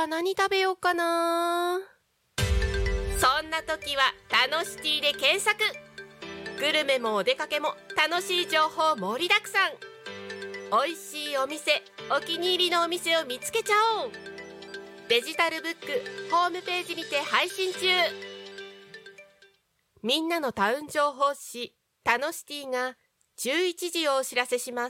は何食べようかな。そんな時は楽しティで検索。グルメもお出かけも楽しい情報盛りだくさん。おいしいお店、お気に入りのお店を見つけちゃおう。デジタルブックホームページにて配信中。みんなのタウン情報誌タノシティが11時をお知らせします。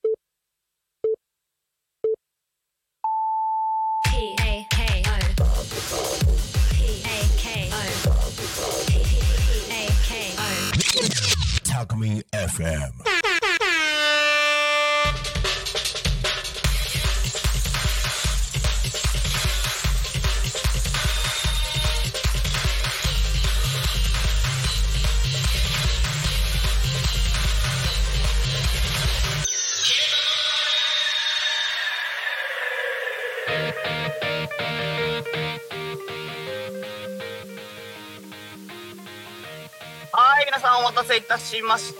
タコミ FM。 はい、皆さんお待たせいたしました。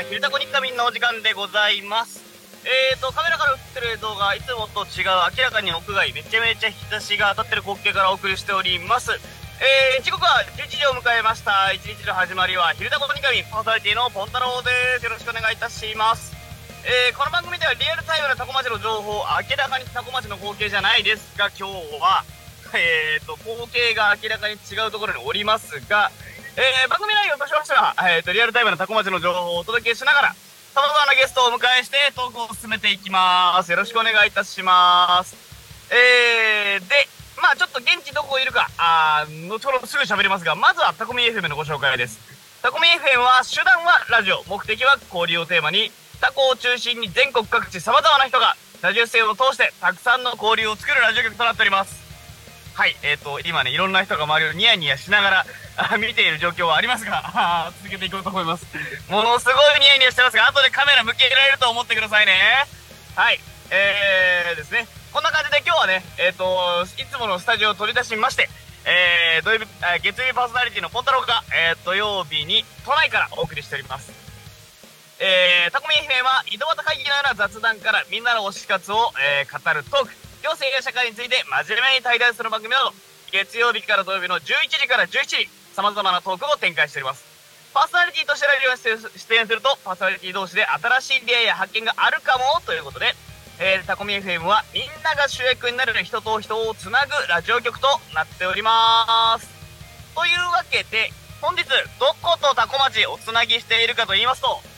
昼タコニッカミンのお時間でございます。カメラから映ってる映像がいつもと違う、明らかに屋外、めちゃめちゃ日差しが当たってる光景からお送りしております。時刻は11時を迎えました。一日の始まりは昼タコニッカミンパーソナリティのポンタロウです。よろしくお願いいたします。この番組ではリアルタイムなタコ町の情報、明らかにタコ町の光景じゃないですが、今日は光景が明らかに違うところにおりますが、番組内容としましては、リアルタイムなタコ町の情報をお届けしながら、様々なゲストをお迎えしてトークを進めていきます。よろしくお願いいたします。で、まあちょっと現地どこいるか、後ほどすぐ喋りますが、まずはタコミ FM のご紹介です。タコミ FM は、手段はラジオ、目的は交流をテーマに、タコを中心に全国各地様々な人が、ラジオ出演を通して、たくさんの交流を作るラジオ局となっております。はい、今ね、いろんな人が周りをニヤニヤしながら見ている状況はありますが、続けていこうと思います。ものすごいニヤニヤしてますが、後でカメラ向けられると思ってくださいね。はい、ですね。こんな感じで今日はね、いつものスタジオを取り出しまして、月曜日パーソナリティのポンタロウが、土曜日に都内からお送りしております。タコミ FM は井戸端会議のような雑談からみんなの推し活を、語るトーク、行政や社会について真面目に対談する番組など、月曜日から土曜日の11時から17時、様々なトークを展開しております。パーソナリティとしてラジオに出演すると、パーソナリティ同士で新しい出会いや発見があるかもということで、タコミ FM はみんなが主役になれる人と人をつなぐラジオ局となっております。というわけで、本日どことタコ町おつなぎしているかと言いますと、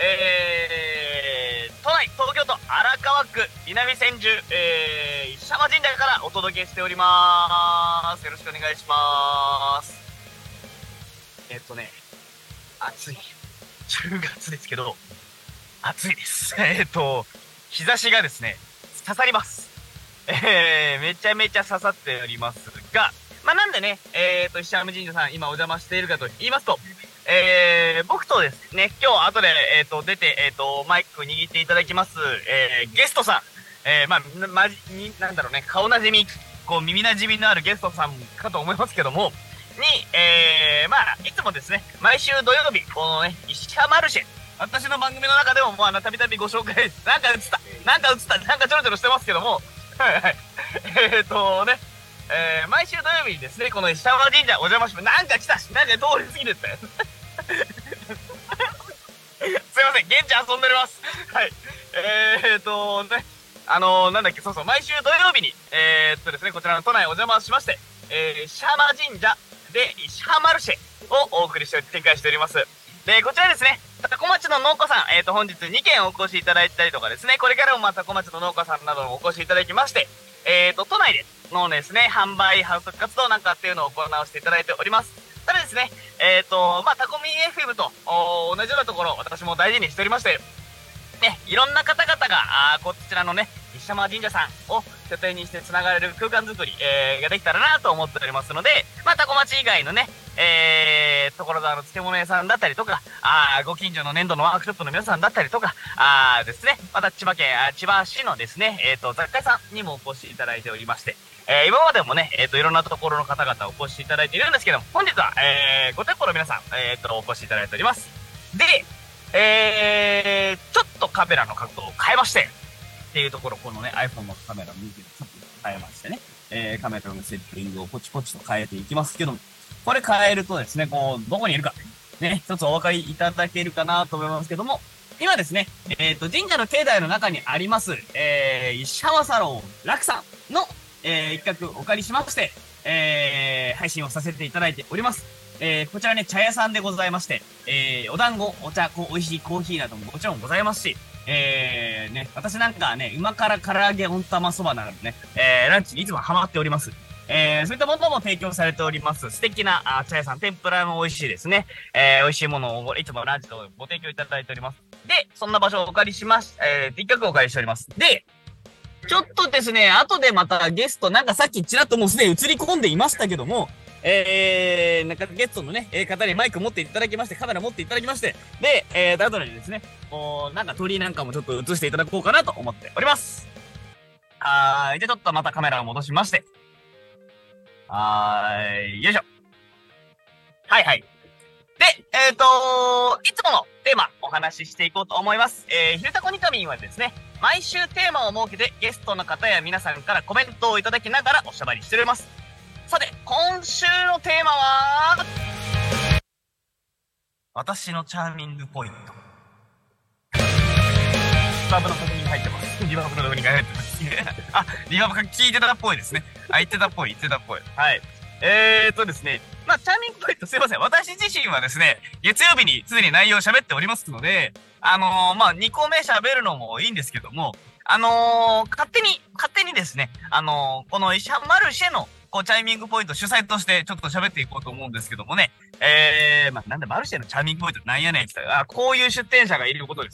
都内、東京都荒川区南千住、石浜神社からお届けしております。よろしくお願いします。暑い。10月ですけど、暑いです。日差しがですね、刺さります。めちゃめちゃ刺さっておりますが、まあ、なんでね、石浜神社さん今お邪魔しているかと言いますと、僕とですね、今日後で、出て、マイク握っていただきます、ゲストさん、なんだろうね、顔なじみ、こう、耳なじみのあるゲストさんかと思いますけども、いつもですね、毎週土曜日、このね、石浜マルシェ、私の番組の中でも、たびたびご紹介、なんかちょろちょろしてますけども、毎週土曜日にですね、この石浜神社お邪魔します。なんか来たし、なんか通り過ぎてったよ。すいません、現地遊んでおります。はい。そうそう、毎週土曜日に、ですね、こちらの都内お邪魔しまして、石浜神社で石浜マルシェをお送りして展開しております。で、こちらですね、タコ町の農家さん、本日2件お越しいただいたりとかですね、これからもタコ町の農家さんなどもお越しいただきまして、都内でのですね、販売、販促活動なんかっていうのを行わせていただいております。ただですね、タコミ FM と同じようなところ、私も大事にしておりまして、ね、いろんな方々が、こちらのね、石浜神社さんを拠点にして繋がれる空間づくり、ができたらなと思っておりますので、タコ町以外のね、所沢の漬物屋さんだったりとか、ご近所の粘土のワークショップの皆さんだったりとか、ですね、また千葉市のですね、雑貨屋さんにもお越しいただいておりまして、今までもね、いろんなところの方々お越しいただいているんですけども、本日は、5店舗の皆さん、お越しいただいております。で、ちょっとカメラの角度を変えまして、 っていうところ、このね、iPhone のカメラを見てちょっと変えましてね、カメラのセッティングをポチポチと変えていきますけども、これ変えるとですね、こう、どこにいるか、ね、一つお分かりいただけるかなと思いますけども、今ですね、神社の境内の中にあります、石浜サロン楽さんの、一角お借りしまして、配信をさせていただいております。こちらね、茶屋さんでございまして、お団子、お茶、美味しいコーヒーなどももちろんございますし、ね、私なんかはね、旨辛唐揚げ温玉そばなどね、ランチにいつもハマっております。そういったものも提供されております。素敵な茶屋さん、天ぷらも美味しいですね。美味しいものをいつもランチとご提供いただいております。で、そんな場所をお借りしまし、一角お借りしております。で、ちょっとですね、後でまたゲスト、なんかさっきちらっともうすでに映り込んでいましたけども、なんかゲストのね、方にマイク持っていただきまして、カメラ持っていただきまして、で、後でですね、なんか鳥なんかもちょっと映していただこうかなと思っております。じゃあちょっとまたカメラを戻しまして。よいしょ。はいはい。で、いつものテーマお話ししていこうと思います。ひるたこにかみんはですね、毎週テーマを設けてゲストの方や皆さんからコメントをいただきながらおしゃべりしております。さて、今週のテーマは、私のチャーミングポイント。リバーブの確認が入ってます。リバーブの確認が入ってます。あ、リバーブが聞いてたっぽいですね。言ってたっぽい。はい。ですね。まあ、チャーミングポイントすいません。私自身はですね、月曜日にすでに内容を喋っておりますので、まあ、2個目喋るのもいいんですけども、勝手にですね、この石浜マルシェのこうチャイミングポイント主催としてちょっと喋っていこうと思うんですけどもね。まあ、なんでマルシェのチャイミングポイントなんやねんって言ったら、こういう出店者がいることです。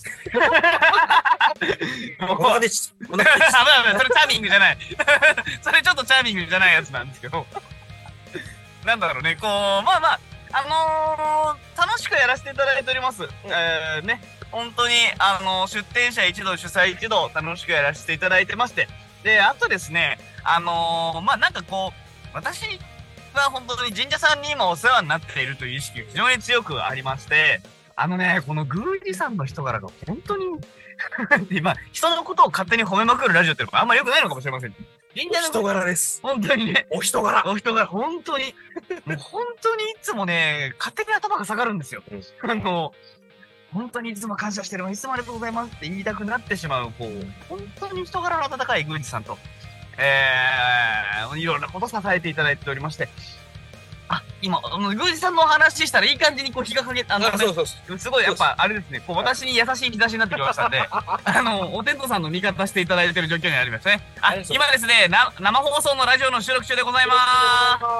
もう、それチャーミングじゃない。それちょっとチャーミングじゃないやつなんですけど。なんだろうね、こう、まあまあ、楽しくやらせていただいております。ね。本当に、出店者一同、主催一同、楽しくやらせていただいてまして。で、あとですね、まあなんかこう、私は本当に神社さんに今お世話になっているという意識が非常に強くありまして、この宮司さんの人柄が本当に今、人のことを勝手に褒めまくるラジオっていうのがあんまり良くないのかもしれません。 神社の人柄です。 本当にね。 お人柄、 本当に。もう本当にいつもね、勝手に頭が下がるんですよ。本当にいつも感謝してる。いつもありがとうございますって言いたくなってしまう、こう、本当に人柄の温かい宮司さんと、いろんなこと支えていただいておりまして、今、宮司さんのお話したらいい感じにこう日がかけ、 そうすごいやっぱあれですね、こう私に優しい日差しになってきましたんで、お天道さんの味方していただいている状況にありますね。今ですね、生放送のラジオの収録中でございます。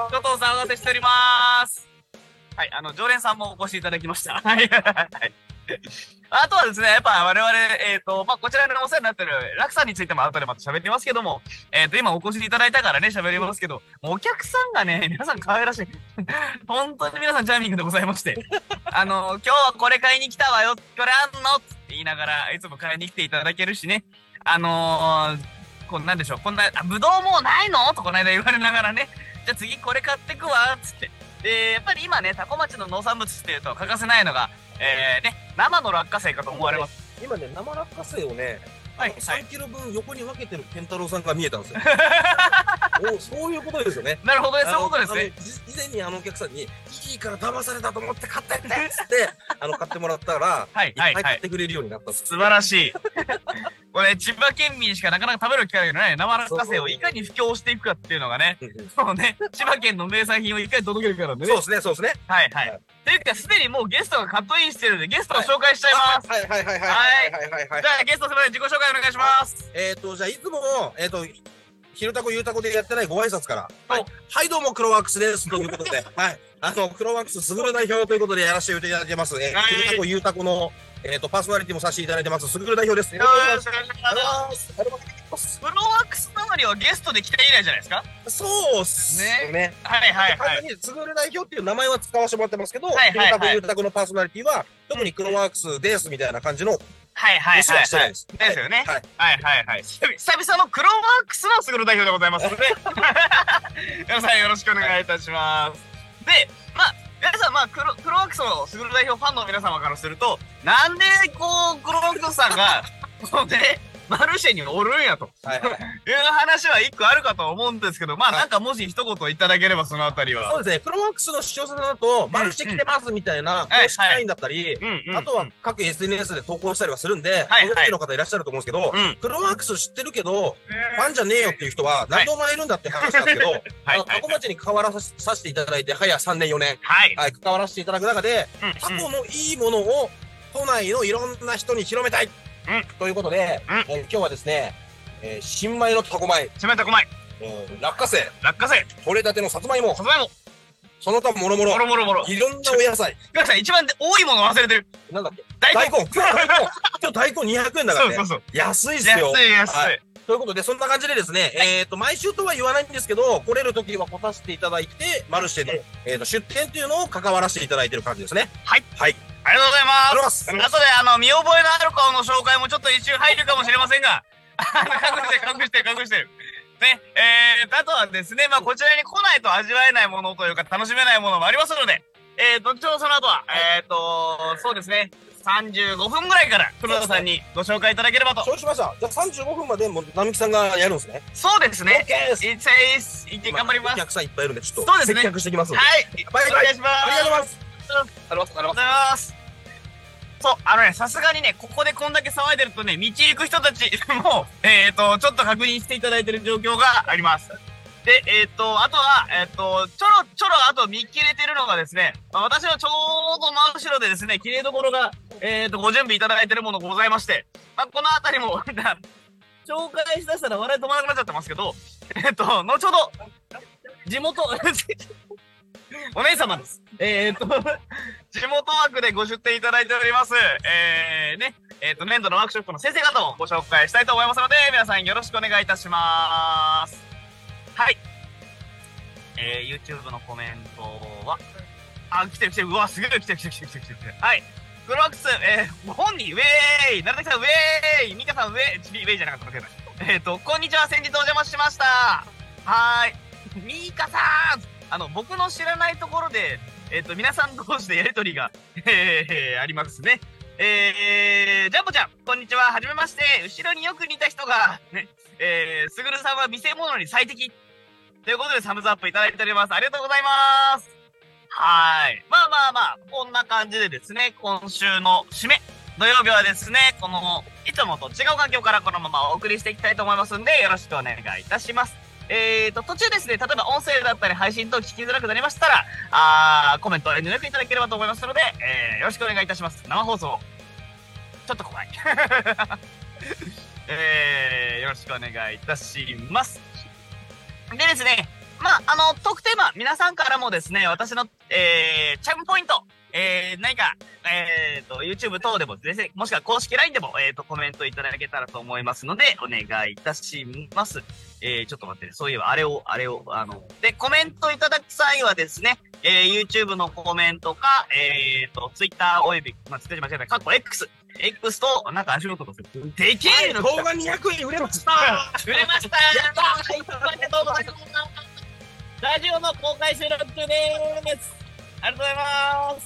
加藤さんお待たせしております。はい、常連さんもお越しいただきました。はい。あとはですね、やっぱ我々、まあ、こちらのお世話になってる楽さんについても後でまた喋ってますけども、今お越しいただいたからね、喋りますけど、お客さんがね、皆さん可愛らしい。本当に皆さんチャーミングでございまして、今日はこれ買いに来たわよ、これあんのって言いながら、いつも買いに来ていただけるしね、なんでしょう、こんな、ぶどうもうないのとこの間言われながらね、じゃあ次これ買ってくわ、つって。で、やっぱり今ね、タコ町の農産物っていうと欠かせないのが、生の落花生かと思われます。 今ね、生落花生をね、3キロ分横に分けてる健太郎さんが見えたんですよ。そういうことですよね。 なるほどね、そういうことですね。 以前にお客さんに、いいから騙されたと思って買ってってっつって、買ってもらったら、いっぱい買ってくれるようになったんです。 素晴らしい。これ、千葉県民しかなかなか食べる機会がない生落花生をいかに布教していくかっていうのがね、そうね、千葉県の名産品をいかに届けるかなんでね。 そうですね。 はい。というか、すでにもうゲストがカットインしてるので、ゲストを紹介しちゃいます。 はい。じゃあ、ゲストすみません、自己紹介お願いします。 じゃあ、いつも、ひるたこゆうたこでやってないご挨拶から。はい、どうも、クロワークスです。ということで、はい。クロワークスすぐる代表ということでやらせていただいてます。ひるたこゆうたこの、パーソナリティもさせていただいてます。すぐる代表です。 よろしくお願いします。クロワークス周りはゲストで来た以来じゃないですか？ そうっすね。 はい。 すぐる代表っていう名前は使わせてもらってますけど、ひるたこゆうたこのパーソナリティは、特にクロワークスですみたいな感じの、 ですよね。はい。久々のクロワークスのすぐる代表でございますので、皆さんよろしくお願いいたします。で、皆さん、クロワークスのすぐる代表ファンの皆様からすると、なんで、こう、クロワークスさんが、こうね、 マルシェにおるんやと。 はいはい。 いう話は一個あるかと思うんですけど、まあなんかもし一言いただければそのあたりは。 そうですね。クロワックスの視聴者さんだと、マルシェ来てますみたいな公式 LINE だったり、あとは各 SNS で投稿したりはするんで、ご存知の方いらっしゃると思うんですけど、クロワックス知ってるけど、ファンじゃねえよっていう人は何度もいるんだって話なんですけど、タコ町に関わらさせていただいて、早3年4年、はい、関わらせていただく中で、タコのいいものを都内のいろんな人に広めたいということで、今日はですね、新米のタコ米、 新米タコ米、 落花生、取れたてのさつまいも、その他もろもろ、いろんなお野菜。 一番多いもの忘れてる。 なんだっけ？大根。今日大根200円だからね。安いっすよ。 安い。 ということで、そんな感じでですね、毎週とは言わないんですけど、来れる時は来させていただいて、マルシェで、出店っていうのを関わらせていただいてる感じですね。 はい。 はい。 ありがとうございます。あとで、見覚えのある顔の紹介もちょっと一瞬入るかもしれませんが、隠してる。ね、あとはですね、まあ、こちらに来ないと味わえないものというか、楽しめないものもありますので、ちょうどその後は、そうですね、35分ぐらいから、黒田さんにご紹介いただければと。 そうしました。じゃあ35分までもう、並木さんがやるんですね。 そうですね。 OK です。 行って頑張ります。 お客さんいっぱいいるんで、ちょっと、接客してきますので。 はい。お願いします。 ありがとうございます。 ありがとうございます。そう、さすがにね、ここでこんだけ騒いでるとね、道行く人たちも、ちょっと確認していただいてる状況があります。で、あとは、ちょろ、あと見切れてるのがですね、私のちょうど真後ろでですね、綺麗どころが、ご準備いただいてるものございまして、まあ、このあたりも、紹介しだしたら笑い止まらなくなっちゃってますけど、後ほど、地元、お姉様です。地元枠でご出店いただいております。粘土のワークショップの先生方をご紹介したいと思いますので、皆さんよろしくお願いいたします。はい。YouTube のコメントは、来てる。うわ、すげえ来てる。はい。クロワックス、ご本人、ウェーイ奈良崎さん、ウェーイミカさん、ウェーイじゃなかったわけだ。こんにちは、先日お邪魔しました。はーい。ミカさん僕の知らないところで、皆さん同士でやりとりが、ありますね。ジャンボちゃん、こんにちは。はじめまして。後ろによく似た人が、ね、すぐるさんは見せ物に最適。ということで、サムズアップいただいております。ありがとうございます。はい。まあ、こんな感じでですね、今週の締め、土曜日はですね、いつもと違う環境からこのままお送りしていきたいと思いますんで、よろしくお願いいたします。途中ですね、例えば音声だったり配信等聞きづらくなりましたら、コメント遠慮なくいただければと思いますので、よろしくお願いいたします。生放送。ちょっと怖い。よろしくお願いいたします。でですね、まあ、トークテーマ、皆さんからもですね、私の、チャームポイント、何か、YouTube 等でもですね、もしくは公式 LINE でも、コメントいただけたらと思いますので、お願いいたします。ちょっと待ってね、そういえば、あれを、で、コメントいただく際はですね、YouTube のコメントか、Twitter および、Twitter 間違えた、X と、なんか足音とする。でけえの動画200円売れました売れましたやったーありがとうございます。ラジオの公開収録中でーす。ありがとうございます。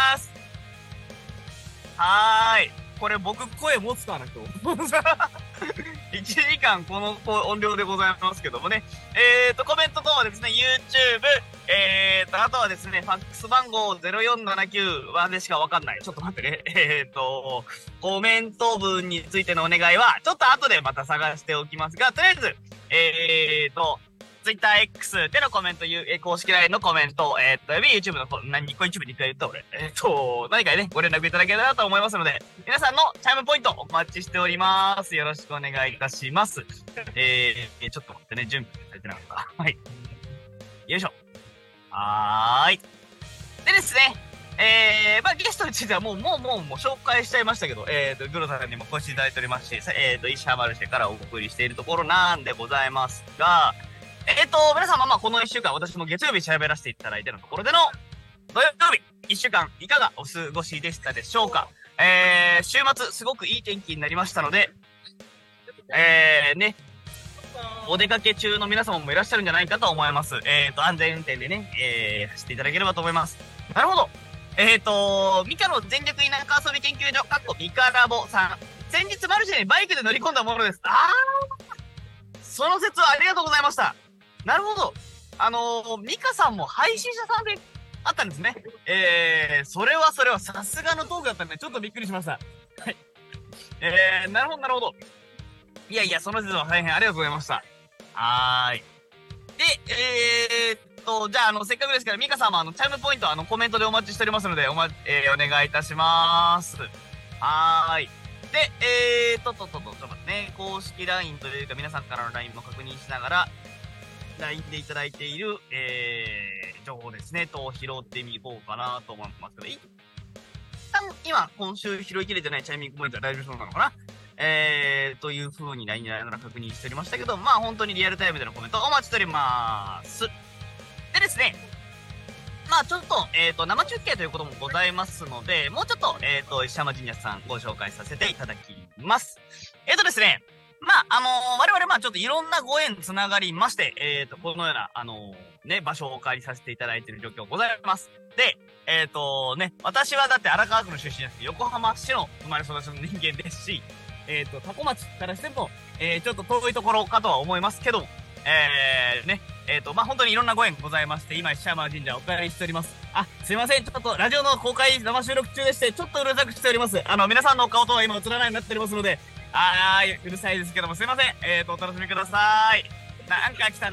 はーい。これ僕声持つかな今日。1時間この音量でございますけどもね。コメント等はですね、YouTube、あとはですね、ファックス番号0479はでしかわかんない。ちょっと待ってね。コメント文についてのお願いは、ちょっと後でまた探しておきますが、とりあえず、TwitterX でのコメント、公式 LINE のコメント、YouTube のYouTube に1回言った俺。何かね、ご連絡いただけたらと思いますので、皆さんのチャイムポイントお待ちしております。よろしくお願いいたします。ちょっと待ってね、準備されてなかった。はい。よいしょ。はーい。でですね、ゲストについてはもう紹介しちゃいましたけど、グロさんにもお越しいただいておりますし、石浜マルシェからお送りしているところなんでございますが、皆様、この1週間、私も月曜日喋らせていただいてのところでの、土曜日、1週間、いかがお過ごしでしたでしょうか。週末、すごくいい天気になりましたので、お出かけ中の皆様もいらっしゃるんじゃないかと思います。安全運転でね、走っていただければと思います。なるほど。ミカの全力田舎遊び研究所、ミカラボさん先日マルシェにバイクで乗り込んだものです。その説はありがとうございました。なるほど。ミカさんも配信者さんであったんですね。それはさすがのトークだったんで、ちょっとびっくりしました。はい。なるほど。いや、その説は大変ありがとうございました。はーい。で、じゃあ、せっかくですから、ミカさんもチャイムポイント、コメントでお待ちしておりますので、お願いいたします。はーい。で、ちょっと待ってね、公式 LINE というか、皆さんからの LINE も確認しながら、LINE でいただいている、情報ですね、と拾ってみこうかなと思いますけど、一旦、今週拾いきれてないチャイミングポイントは大丈夫そうなのかなという風に LINE で確認しておりましたけど、まあ本当にリアルタイムでのコメントお待ちしております。でですね、まあちょっと、生中継ということもございますので、もうちょっと、石山神社さんご紹介させていただきます。ですね、まあ我々ちょっといろんなご縁つながりまして、このような、場所をお借りさせていただいている状況ございます。で、私はだって荒川区の出身じゃなくて、横浜市の生まれ育ちの人間ですし、多古町からしても、ちょっと遠いところかとは思いますけども、本当にいろんなご縁ございまして、今、石山神社お借りしております。すいません。ちょっとラジオの公開生収録中でして、ちょっとうるさくしております。皆さんのお顔とは今映らないようになっておりますので、うるさいですけども、すいません。お楽しみください。なんか来た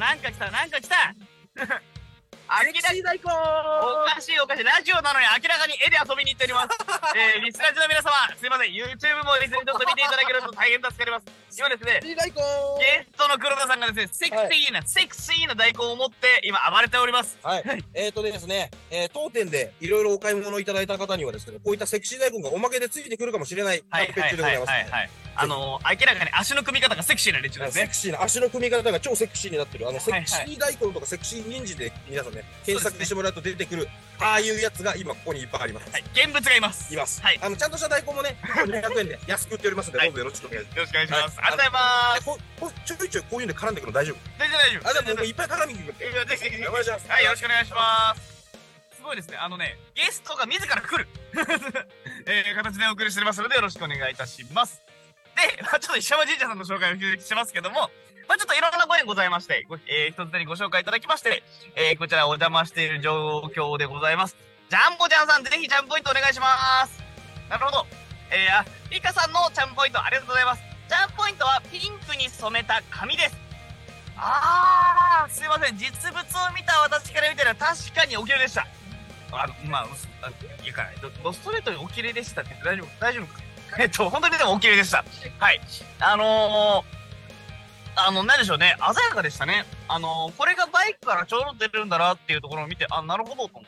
セクシー大根おかしい。ラジオなのに明らかに絵で遊びに行っております。リスナーの皆様、すいません。YouTube もリスナーちょっと見ていただけると大変助かります。今ですね、 セクシー大根ゲストの黒田さんがですね、セクシーな大根を持って今暴れております。 はい。ですね、当店でいろいろお買い物いただいた方にはですね、こういったセクシー大根がおまけでついてくるかもしれないキャンペーン中でございます。 明らかに足の組み方がセクシーな連中ですね。 セクシーな足の組み方が超セクシーになってる。セクシー大根とかセクシー人参で皆さんね、検索してもらうと出てくる、ああいうやつが今ここにいっぱいあります。 はい。現物がいます。 います。 はい。 ちゃんとした大根もね、200円で安く売っておりますので、どうぞよろしくお願いします。 よろしくお願いします。ありがとうございます。 ちょいちょいこういうの絡んでくるの大丈夫？ 大丈夫。 じゃあもういっぱい絡みに行く。 ぜひ。 お願いします。 はい、よろしくお願いします。すごいですね。ゲストが自ら来る形でお送りしておりますので、よろしくお願いいたします。で、ちょっと石山神社さんの紹介をしますけども、ちょっといろんなご縁ございまして、一つ目にご紹介いただきまして、こちらお邪魔している状況でございます。ジャンボちゃんさん、ぜひジャンプポイントお願いします。なるほど。リカさんのジャンプポイントありがとうございます。ジャンプポイントはピンクに染めた紙です。すいません。実物を見た私から見たら確かにお綺麗でした。いいかな。ドストレートにお綺麗でしたって大丈夫か本当にでもお綺麗でした。はい。何でしょうね。鮮やかでしたね。これがバイクからちょうど出てるんだなっていうところを見て、なるほどと思って。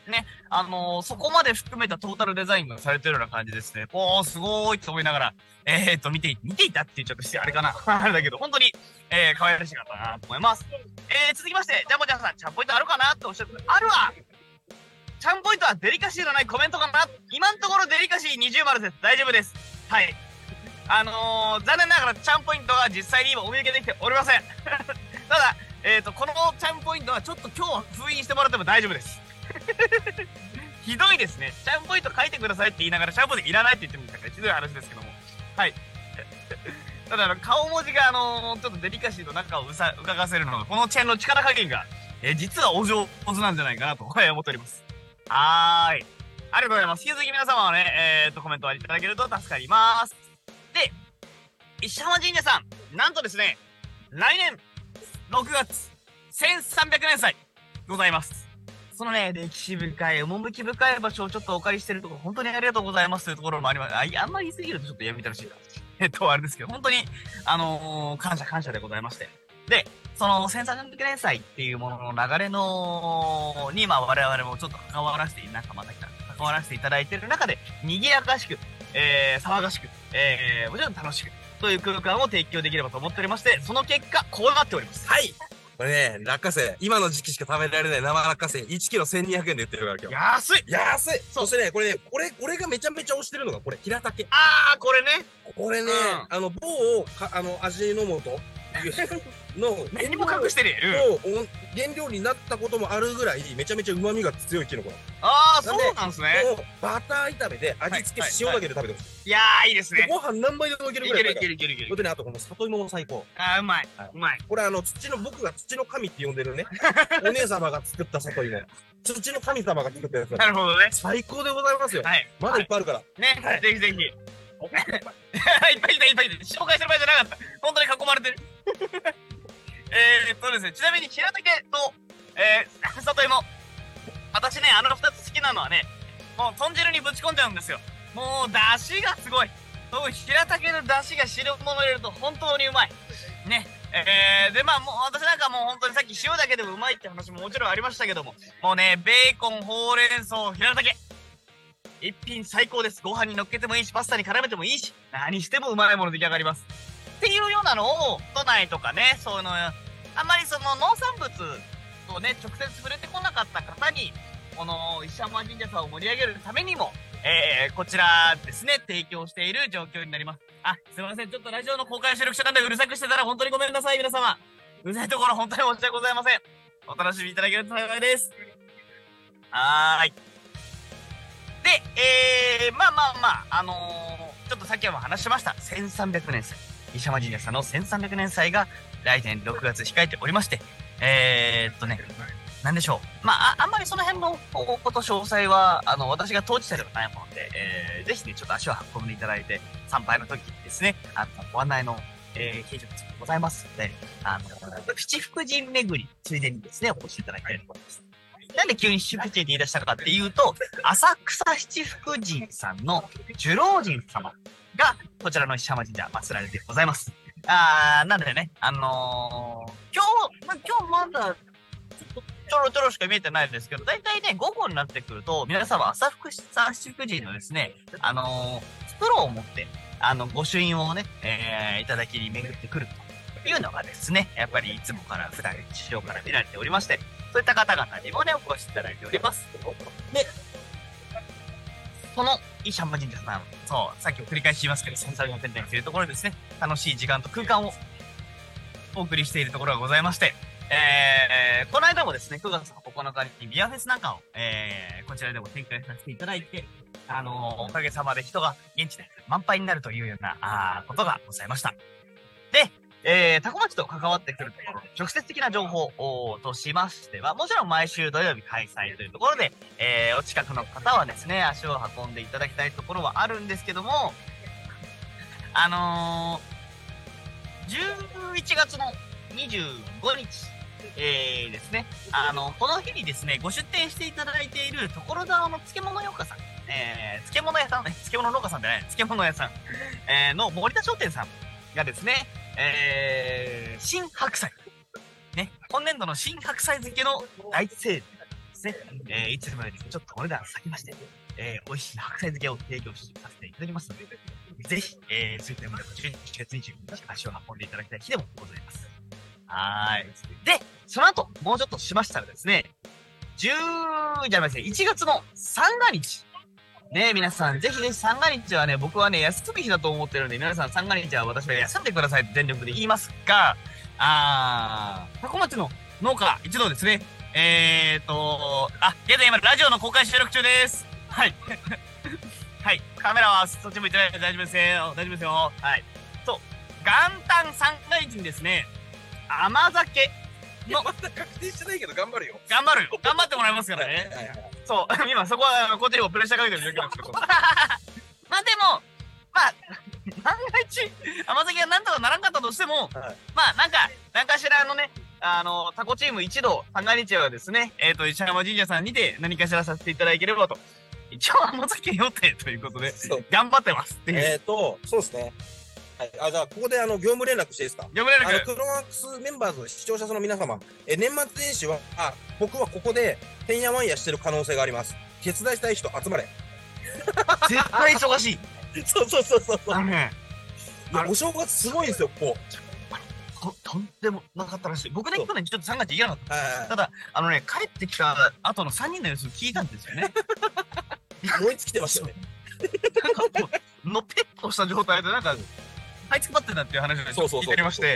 ね。そこまで含めたトータルデザインがされてるような感じですね。すごーいと思いながら、見ていたって言っちゃうとあれかな。あれだけど、本当に、可愛らしかったなと思います。続きまして、ジャンボちゃんさん、チャンポイントあるかなっておっしゃってあるわチャンポイントはデリカシーのないコメントかな今のところデリカシー20です。大丈夫です。はい。残念ながらチャンポイントは実際に今お見受けできておりません。ただ、このチャンポイントはちょっと今日は封印してもらっても大丈夫です。ひどいですね。チャンポイント書いてくださいって言いながらチャンポイントいらないって言ってるんですから、ひどい話ですけども。はい。ただ、顔文字がちょっとデリカシーの中を伺わせるのが、このチェーンの力加減が、実はお上手なんじゃないかなと思っております。ありがとうございます。引き続き皆様はね、コメントをいただけると助かります。で、石浜神社さん、なんとですね、来年6月、1300年祭ございます。そのね、歴史深い、趣深い場所をちょっとお借りしてるところ、本当にありがとうございますというところもあります。あんまり言い過ぎるとちょっとやめてほしいな。あれですけど、本当に、感謝でございまして。で、その1300年祭っていうものの流れに、我々もちょっと関わらせていただいている中で、賑やかしく、騒がしく、もちろん楽しく、という空間を提供できればと思っておりまして、その結果、こうなっております。 はい。これね、落花生。今の時期しか食べられない生落花生。1キロ1200円で売ってるから今日。安いそしてね、これがめちゃめちゃ推してるのが、これ、平竹。 これね。 これね、某、味の素の何も隠してねえ。 原料になったこともあるぐらいめちゃめちゃ旨味が強いキノコなの。 ああ、そうなんですね。 バター炒めで味付け塩だけで食べてほしい。 いやー、いいですね。 ご飯何杯でもいけるぐらい。 いける。 それでね、あとこの里芋も最高。 あー、うまい。 これ僕が土の神って呼んでるね、お姉様が作った里芋。土の神様が作ったやつ。 なるほどね。 最高でございますよ。 はい。 まだいっぱいあるから。 ね、ぜひぜひ。いっぱいいた。紹介してる場合じゃなかった。本当に囲まれてる。ですね、ちなみに平竹と、里芋。私ね、2つ好きなのはね、もう豚汁にぶち込んじゃうんですよ。もう、出汁がすごい。平竹の出汁が汁物入れると本当にうまい。ね。で、まあ、もう、私なんかもう本当にさっき塩だけでもうまいって話ももちろんありましたけども、もうね、ベーコン、ほうれん草、平竹。一品最高です。ご飯に乗っけてもいいし、パスタに絡めてもいいし、何してもうまいもの出来上がります。っていうようなのを、都内とかね、そういうの、あんまりその農産物とね、直接触れてこなかった方に、この石山神社さんを盛り上げるためにも、こちらですね、提供している状況になります。あ、すいません。ちょっとラジオの公開収録者なんでうるさくしてたら本当にごめんなさい、皆様。うるさいところ本当に申し訳ございません。お楽しみいただけると幸いです。はーい。で、まあ、ちょっとさっきも話しました。1300年祭。石山神社さんの1300年祭が来年6月控えておりまして、なんでしょう。まあ、あんまりその辺のこと詳細は、私が当事者ではないもので、ぜひね、ちょっと足を運んでいただいて、参拝の時にですね、ご案内の、掲示物がございますので、七福神巡り、ついでにですね、お越しいただきたいと思います。なんで急に七福神って言い出したかっていうと、浅草七福神さんの寿老人様が、こちらの石山神社祀られてございます。なんでね、今日まだ、ちょろしか見えてないですけど、だいたいね、午後になってくると、皆様、七福神のですね、袋を持って、御朱印をね、いただきに巡ってくるというのがですね、やっぱりいつもから、普段日常から見られておりまして、そういった方々にもね、お越しいただいております。で、その石山神社さん、そう、さっき繰り返し言いますけど、1300年というところでですね、楽しい時間と空間をお送りしているところがございまして、この間もですね、9月9日にビアフェスなんかを、こちらでも展開させていただいて、おかげさまで人が現地で満杯になるというような、ことがございました。で、タコ町と関わってくるところ、直接的な情報としましては、もちろん毎週土曜日開催というところで、お近くの方はですね、足を運んでいただきたいところはあるんですけども、11月の25日、ですね、この日にですね、ご出店していただいている所沢の漬物農家さん、漬物屋さん、漬物農家さんじゃない、漬物屋さん、の森田商店さんがですね、新白菜。ね、今年度の新白菜漬けの大セールですね。いつもよりちょっとお値段下げまして、美味しい白菜漬けを提供させていただきますので、ぜひ、そういったものを11月22日足を運んでいただきたい日でもございます。で、その後、もうちょっとしましたらですね、1月の三が日。ね、皆さん、ぜひね、三が日はね、僕はね、休み日だと思ってるんで、皆さん三が日は私は休んでくださいって全力で言いますが、タコ町の農家一同ですね、現在今、ラジオの公開収録中です。はい。はい。カメラはそっち向いてないで大丈夫ですよ。大丈夫ですよ。はい。そう。元旦三が日にですね、甘酒の。 まだ確定してないけど頑張るよ。 頑張るよ。頑張ってもらいますからね。そう。今そこは、こっちにもプレッシャーかけてるだけなんですけど。まあでも、まあ、万が一、甘酒がなんとかならんかったとしても、まあなんかしらのね、タコチーム一同、三が日はですね、石山神社さんにて何かしらさせていただければと。一応甘酒予定ということで、頑張ってますっていう。 そうですね。はい。じゃあ、ここで業務連絡していいですか？ 業務連絡。 クロワークスメンバーズ、視聴者の皆様、年末年始は、僕はここで、てんやわんやしてる可能性があります。手伝いたい人集まれ。 絶対忙しい。 そう。お正月すごいんですよ、ここ。 とんでもなかったらしい。僕ね、去年ちょっと3月行けなかった。ただ、帰ってきた後の3人の様子を聞いたんですよね。 燃え尽きてましたよね。 のぺっとした状態で、はいつくばってたっていう話を聞いておりまして、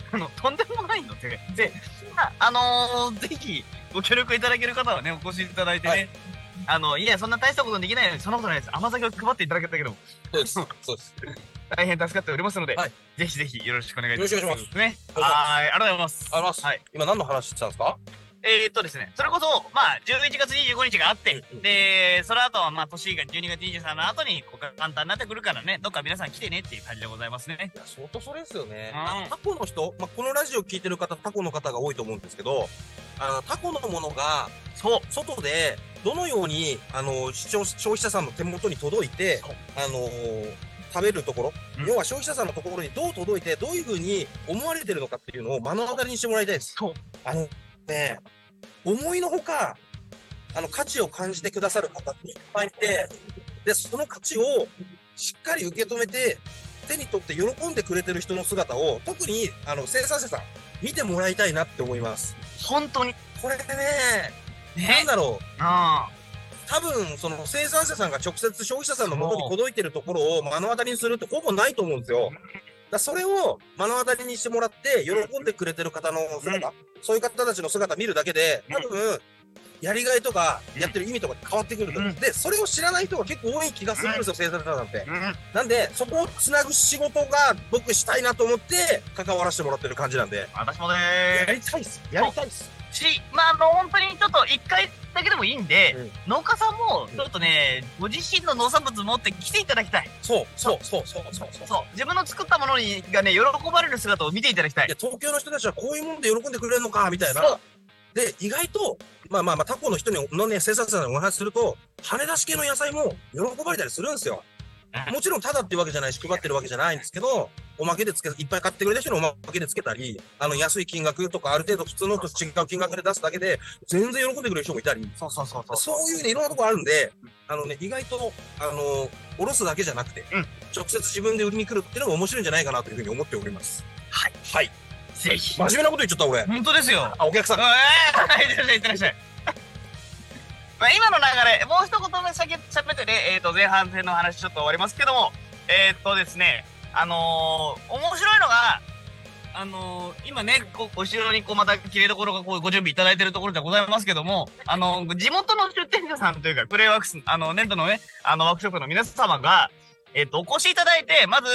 とんでもないので、で、ぜひ、ご協力いただける方はね、お越しいただいてね、いや、そんな大したことできないのに、そんなことないです。甘酒を配っていただけたけども、 そうです。そうです。 大変助かっておりますので、 はい、 ぜひぜひよろしくお願いいたします。 よろしくお願いします。 ね。はい、ありがとうございます。 ありがとうございます。はい。今何の話してたんですか？ ですね、それこそ、まあ、11月25日があって、で、その後は、まあ、年が12月23の後に、簡単になってくるからね、どっか皆さん来てねっていう感じでございますね。 いや、相当それですよね。 うん、 タコの人、まあ、このラジオ聞いてる方、タコの方が多いと思うんですけど、タコのものが、 そう。 外で、どのように、消費者さんの手元に届いて、食べるところ、要は消費者さんのところにどう届いて、どういうふうに思われてるのかっていうのを目の当たりにしてもらいたいです。 そう。 ね、思いのほか、価値を感じてくださる方っていっぱいいて、で、その価値をしっかり受け止めて、手に取って喜んでくれてる人の姿を、特に、生産者さん、見てもらいたいなって思います。 本当に。 これね、なんだろう。多分、その生産者さんが直接消費者さんの元に届いてるところを目の当たりにするってほぼないと思うんですよ。それを目の当たりにしてもらって、喜んでくれてる方の姿、そういう方たちの姿見るだけで、多分、やりがいとか、やってる意味とか変わってくると。で、それを知らない人が結構多い気がするんですよ、生産者なんて。なんで、そこをつなぐ仕事が僕したいなと思って、関わらせてもらってる感じなんで。 私もねやりたいっす。やりたいっす。 まあ、本当にちょっと一回だけでもいいんで、農家さんもちょっとね、ご自身の農産物持って来ていただきたい。 そう。 自分の作ったものがね、喜ばれる姿を見ていただきたい。 いや、東京の人たちはこういうもんで喜んでくれるのか、みたいな。で、意外と、まあ、タコの人のね、生産者さんにお話すると、羽出し系の野菜も喜ばれたりするんですよ。もちろんタダっていうわけじゃないし、配ってるわけじゃないんですけど、おまけでいっぱい買ってくれた人におまけでつけたり、安い金額とか、ある程度普通のと違う金額で出すだけで、全然喜んでくれる人もいたり、そういうね、いろんなとこあるんで、意外と、おろすだけじゃなくて、直接自分で売りに来るっていうのが面白いんじゃないかなというふうに思っております。 はい。 はい。 ぜひ。 真面目なこと言っちゃった、俺。 本当ですよ。 お客さん。 いってらっしゃい。まあ今の流れ、もう一言目喋ってね、前半戦の話ちょっと終わりますけども、ですね、面白いのが、今ね、後ろにまた切れどころがご準備いただいているところでございますけども、地元の出店者さんというか、プレイワークス、粘土のね、ワークショップの皆様が、お越しいただいて、まず、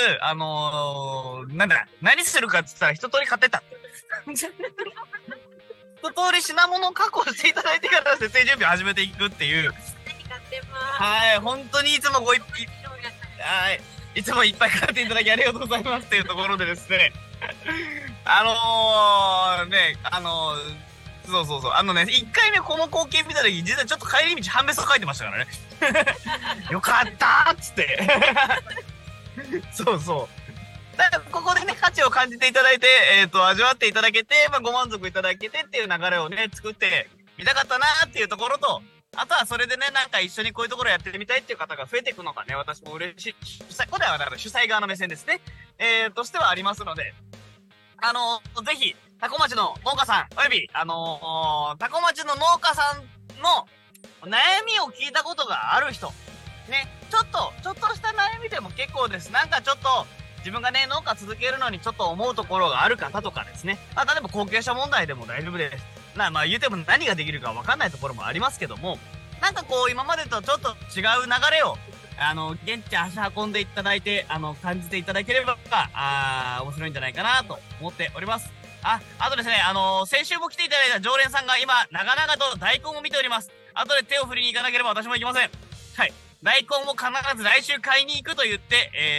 何するかって言ったら一通り買ってた。一通り品物を確保していただいてから設営準備を始めていくっていう。はい、本当にいつもいつもいっぱい買っていただきありがとうございますっていうところでですね。そう。1回目この光景見た時、実はちょっと帰り道半べそ書いてましたからね。よかったーっつって。そう。だからここでね、価値を感じていただいて、味わっていただけて、まあ、ご満足いただけてっていう流れをね、作ってみたかったなーっていうところと、あとはそれでね、なんか一緒にこういうところやってみたいっていう方が増えていくのがね、私も嬉しい。これはだから主催側の目線ですね。としてはありますので、ぜひ、タコ町の農家さん、および、タコ町の農家さんの悩みを聞いたことがある人、ね、ちょっとした悩みでも結構です。なんかちょっと、自分がね、農家続けるのにちょっと思うところがある方とかですね。まあ、例えば後継者問題でも大丈夫です。まあ言うても何ができるか分かんないところもありますけども、なんかこう今までとちょっと違う流れを、現地足運んでいただいて、感じていただければ、面白いんじゃないかなと思っております。あとですね、先週も来ていただいた常連さんが今、長々と大根を見ております。後で手を振りに行かなければ私も行きません。はい。大根も必ず来週買いに行くと言って、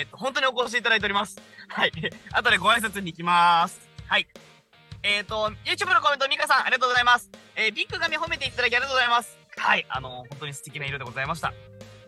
本当にお越しいただいております。はい。後でご挨拶に行きます。はい。YouTube のコメント、ミカさん、ありがとうございます。ビッグ髪褒めていただきありがとうございます。はい。本当に素敵な色でございました。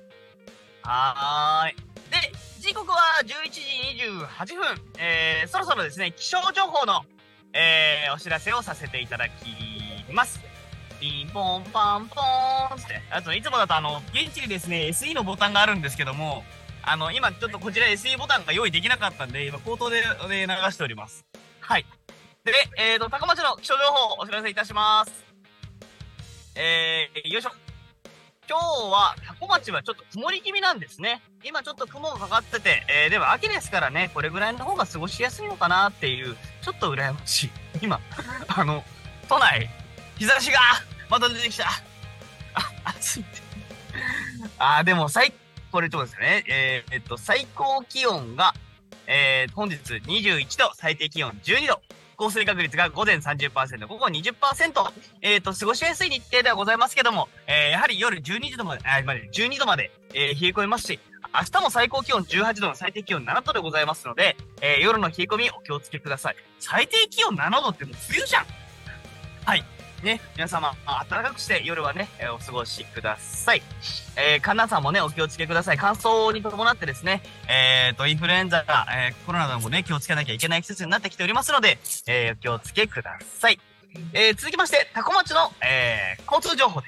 はーい。で、時刻は11時28分。そろそろですね、気象情報の、お知らせをさせていただきます。ピンポンパンポーンって。あと、いつもだと現地にですね、SE のボタンがあるんですけども、今ちょっとこちら SE ボタンが用意できなかったんで、今口頭で流しております。はい。で、高町の気象情報をお知らせいたします。よいしょ。 今日は多古町はちょっと曇り気味なんですね。今ちょっと雲がかかってて、でも秋ですからね、これぐらいの方が過ごしやすいのかなっていう、ちょっと羨ましい。今、都内、日差しがまた出てきた。暑いって。でもこれどうですよね。最高気温が、本日21度、最低気温12度。降水確率が午前 30%、午後 20%。過ごしやすい日程ではございますけども、やはり夜12度まで、12度まで、冷え込みますし、明日も最高気温18度の最低気温7度でございますので、夜の冷え込みお気をつけください。最低気温7度ってもう冬じゃん。はい。ね、皆様、暖かくして夜はね、お過ごしください。寒暖差もね、お気をつけください。乾燥に伴ってですね、インフルエンザが、コロナなどもね、気をつけなきゃいけない季節になってきておりますので、お気をつけください。続きまして、多古町の、交通情報です。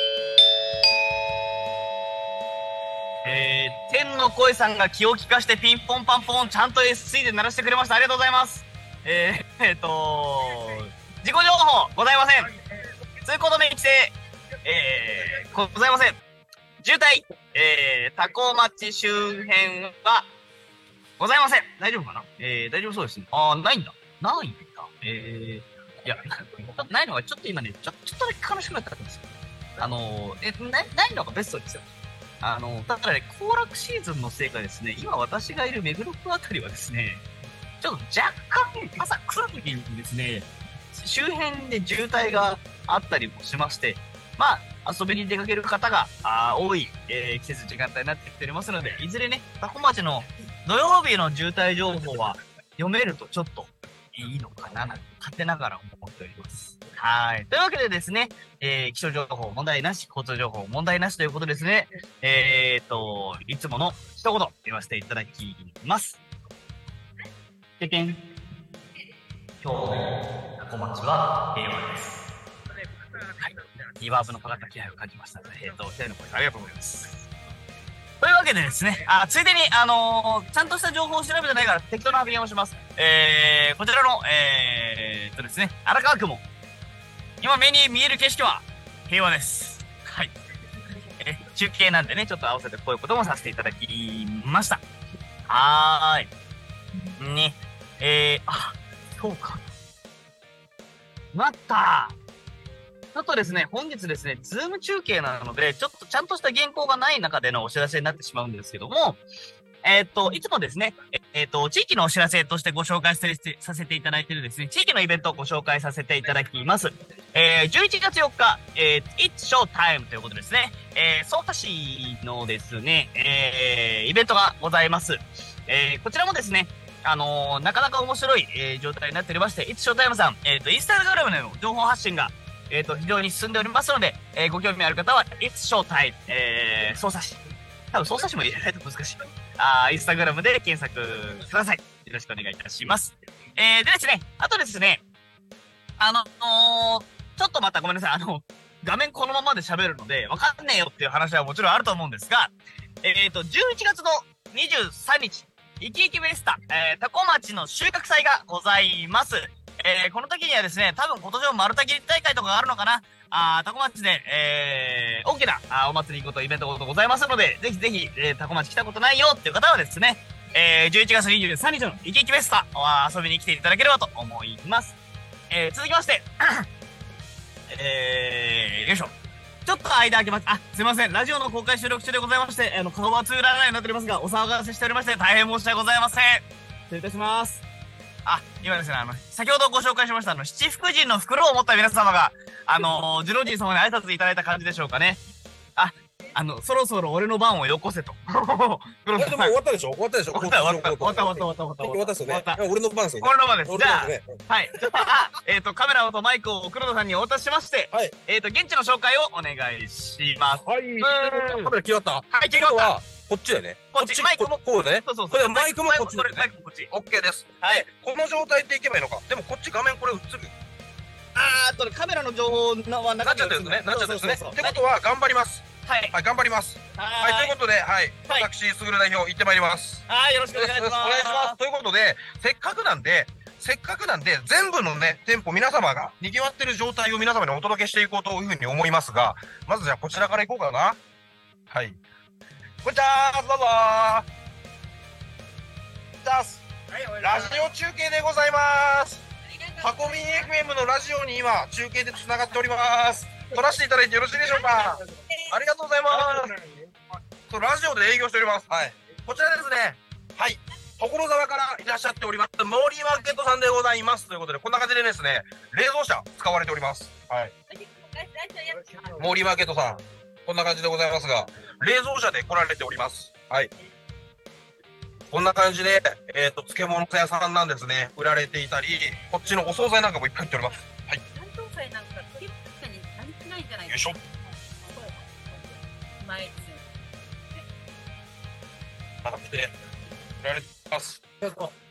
天の声さんが気を利かしてピンポンパンポンちゃんと SC で鳴らしてくれました。ありがとうございます。事故情報ございません。通行止め規制、ございません。渋滞、多古町周辺はございません。大丈夫かな？大丈夫そうですね。ないんだ。ないんだ。いや、ないのがちょっと今ね、ちょっとだけ悲しくなったんですよ。ないのがベストですよ。ただね、行楽シーズンのせいかですね、今私がいる目黒区あたりはですね、ちょっと若干朝来る時にですね、周辺で渋滞があったりもしまして、まあ、遊びに出かける方が多い、季節時間帯になってきておりますので、いずれね、多古町の土曜日の渋滞情報は読めるとちょっといいのかな、なんて勝手ながら思っております。はい。というわけでですね、気象情報問題なし、交通情報問題なしということですね。いつもの一言言わせていただきます。経験。今日の多古町は平和です。はい。リバーブのかかった気配を感じましたので、手の声ありがとうございます。というわけでですね、ついでに、ちゃんとした情報を調べてないから適当な発言をします。こちらの、ですね、荒川区も、今目に見える景色は平和です。はい。中継なんでね、ちょっと合わせてこういうこともさせていただきました。はーい。ね。そうか。ちょっとですね、本日ですね、ズーム中継なので、ちょっとちゃんとした原稿がない中でのお知らせになってしまうんですけども、いつもですね、地域のお知らせとしてご紹介させていただいているですね、地域のイベントをご紹介させていただきます。11月4日、It's Showtime ということですね。草加市のですね、イベントがございます。こちらもですね、なかなか面白い、状態になっておりまして、It's Showtime さん、インスタグラムでの情報発信が、非常に進んでおりますので、ご興味ある方は、It's Showtime、草加市。多分、草加市も入れないと難しい。インスタグラムで検索ください。よろしくお願いいたします。でですね、あとですね、ちょっとまたごめんなさい。画面このままで喋るので、わかんねえよっていう話はもちろんあると思うんですが、11月の23日、いきいきフェスタ、多古町の収穫祭がございます。この時にはですね、多分今年も丸太切り大会とかがあるのかな。多古町で、大きなお祭りことイベントことございますので、ぜひぜひ、多古町来たことないよっていう方はですね、11月23日のイキイキフェスタ遊びに来ていただければと思います。続きましてよいしょ。ちょっと間空けます。すいません。ラジオの公開収録中でございまして、顔はつぶらないようになっておりますが、お騒がせしておりまして、大変申し訳ございません。失礼いたします。今ですね、先ほどご紹介しました、七福神の袋を持った皆様が、次郎神様に挨拶いただいた感じでしょうかね。そろそろ俺の番をよこせと。 でも終わったでしょ？終わったでしょ？ 終わった。 終わったっすよね。俺の番ですよね。 俺の番です。じゃあ、はい。カメラとマイクを黒田さんにお渡ししまして、はい。現地の紹介をお願いします。 はい。カメラ切り終わった？ はい、切り終わった。 こっちだよね。 こっち、マイクもこうね。 そう。 これマイクもこっちだよね。 マイクもこっち。 オッケーです。 はい。 この状態でいけばいいのか。でもこっち画面これ映る。 カメラの情報はなっちゃってるんですね。なっちゃってるんですね。ってことは頑張ります。はい、頑張ります。はい、ということで、はい、私、すぐる代表、行ってまいります。 よろしくお願いします。 お願いします。ということで、せっかくなんで、 せっかくなんで、全部のね、店舗皆様が賑わってる状態を皆様にお届けしていこうというふうに思いますが、まずじゃあこちらから行こうかな。はい。こんにちは、どうぞー。ラジオ中継でございます。タコミン FM のラジオに今、中継でつながっております。撮らせていただいてよろしいでしょうか。ありがとうございます。ラジオで営業しております。はい。こちらですね。はい。所沢からいらっしゃっておりますモーリーマーケットさんでございますということで、こんな感じでですね、冷蔵車使われております。はい。モーリーマーケットさん、こんな感じでございますが、冷蔵車で来られております。はい。こんな感じで、漬物屋さんなんですね。売られていたり、こっちのお惣菜なんかもいっぱい売っております。はい。 関東菜なんか鶏肉とかに足りてないんじゃないよいしょ。 前で売られてます。 毎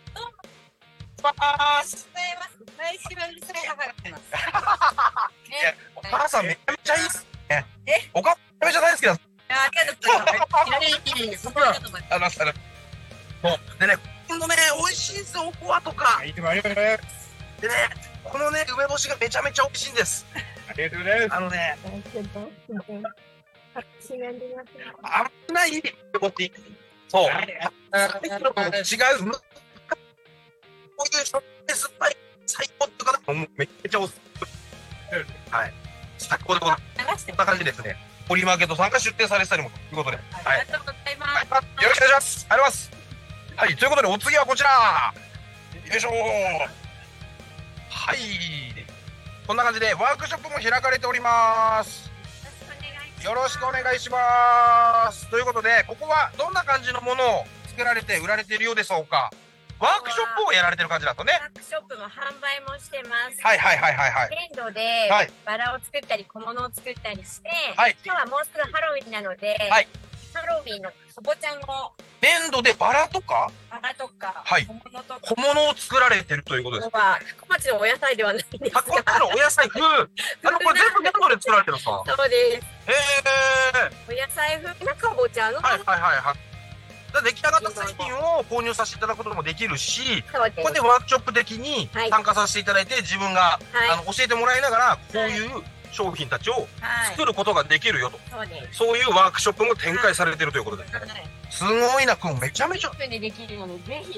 週はうるさい母が来ます。 お母さんめちゃめちゃいいっすね。お母さんめちゃめちゃ大好きなんです。 ありがとうございます。 でね、今度ね、美味しいんですよ、おこわとか。でね、このね、梅干しがめちゃめちゃ美味しいんです。ありがとうございます。危ない梅干し。そう。違う。こういうしょっぱい酸っぱい最高って方もめっちゃおすすめ。はい。最高でございます。こんな感じですね。ポリマーケットさんが出店されてたりもということで。はい。 ありがとうございます。 よろしくお願いします。ありがとうございます。はい。ということで、お次はこちら。よいしょー。はい。こんな感じでワークショップも開かれております。よろしくお願いします。ということで、ここはどんな感じのものを作られて売られているようでしょうか。ワークショップをやられてる感じだとね。 ワークショップも販売もしてます。 はいはいはいはいはい。 粘土ではいバラを作ったり小物を作ったりして、 はい今日はもうすぐハロウィンなので、 はいハロウィンのかぼちゃの粘土でバラとかバラとか、 はい小物とか、 小物を作られてるということです。 こは小町のお野菜ではないんですが、 こっちのお野菜風。これ全部粘土で作られてるんですか。 そうです。 へお野菜風なかぼちゃの、 はいはいはいはい。出来上がった製品を購入させていただくこともできるし、 そうです。 これでワークショップ的にはい参加させていただいて、自分が、 はい教えてもらいながらこういう商品たちをはい、 作ることができるよと、 そうです。 そういうワークショップも展開されているということですね。 はい。 すごいな、これめちゃめちゃ。 10分でできるのでぜひ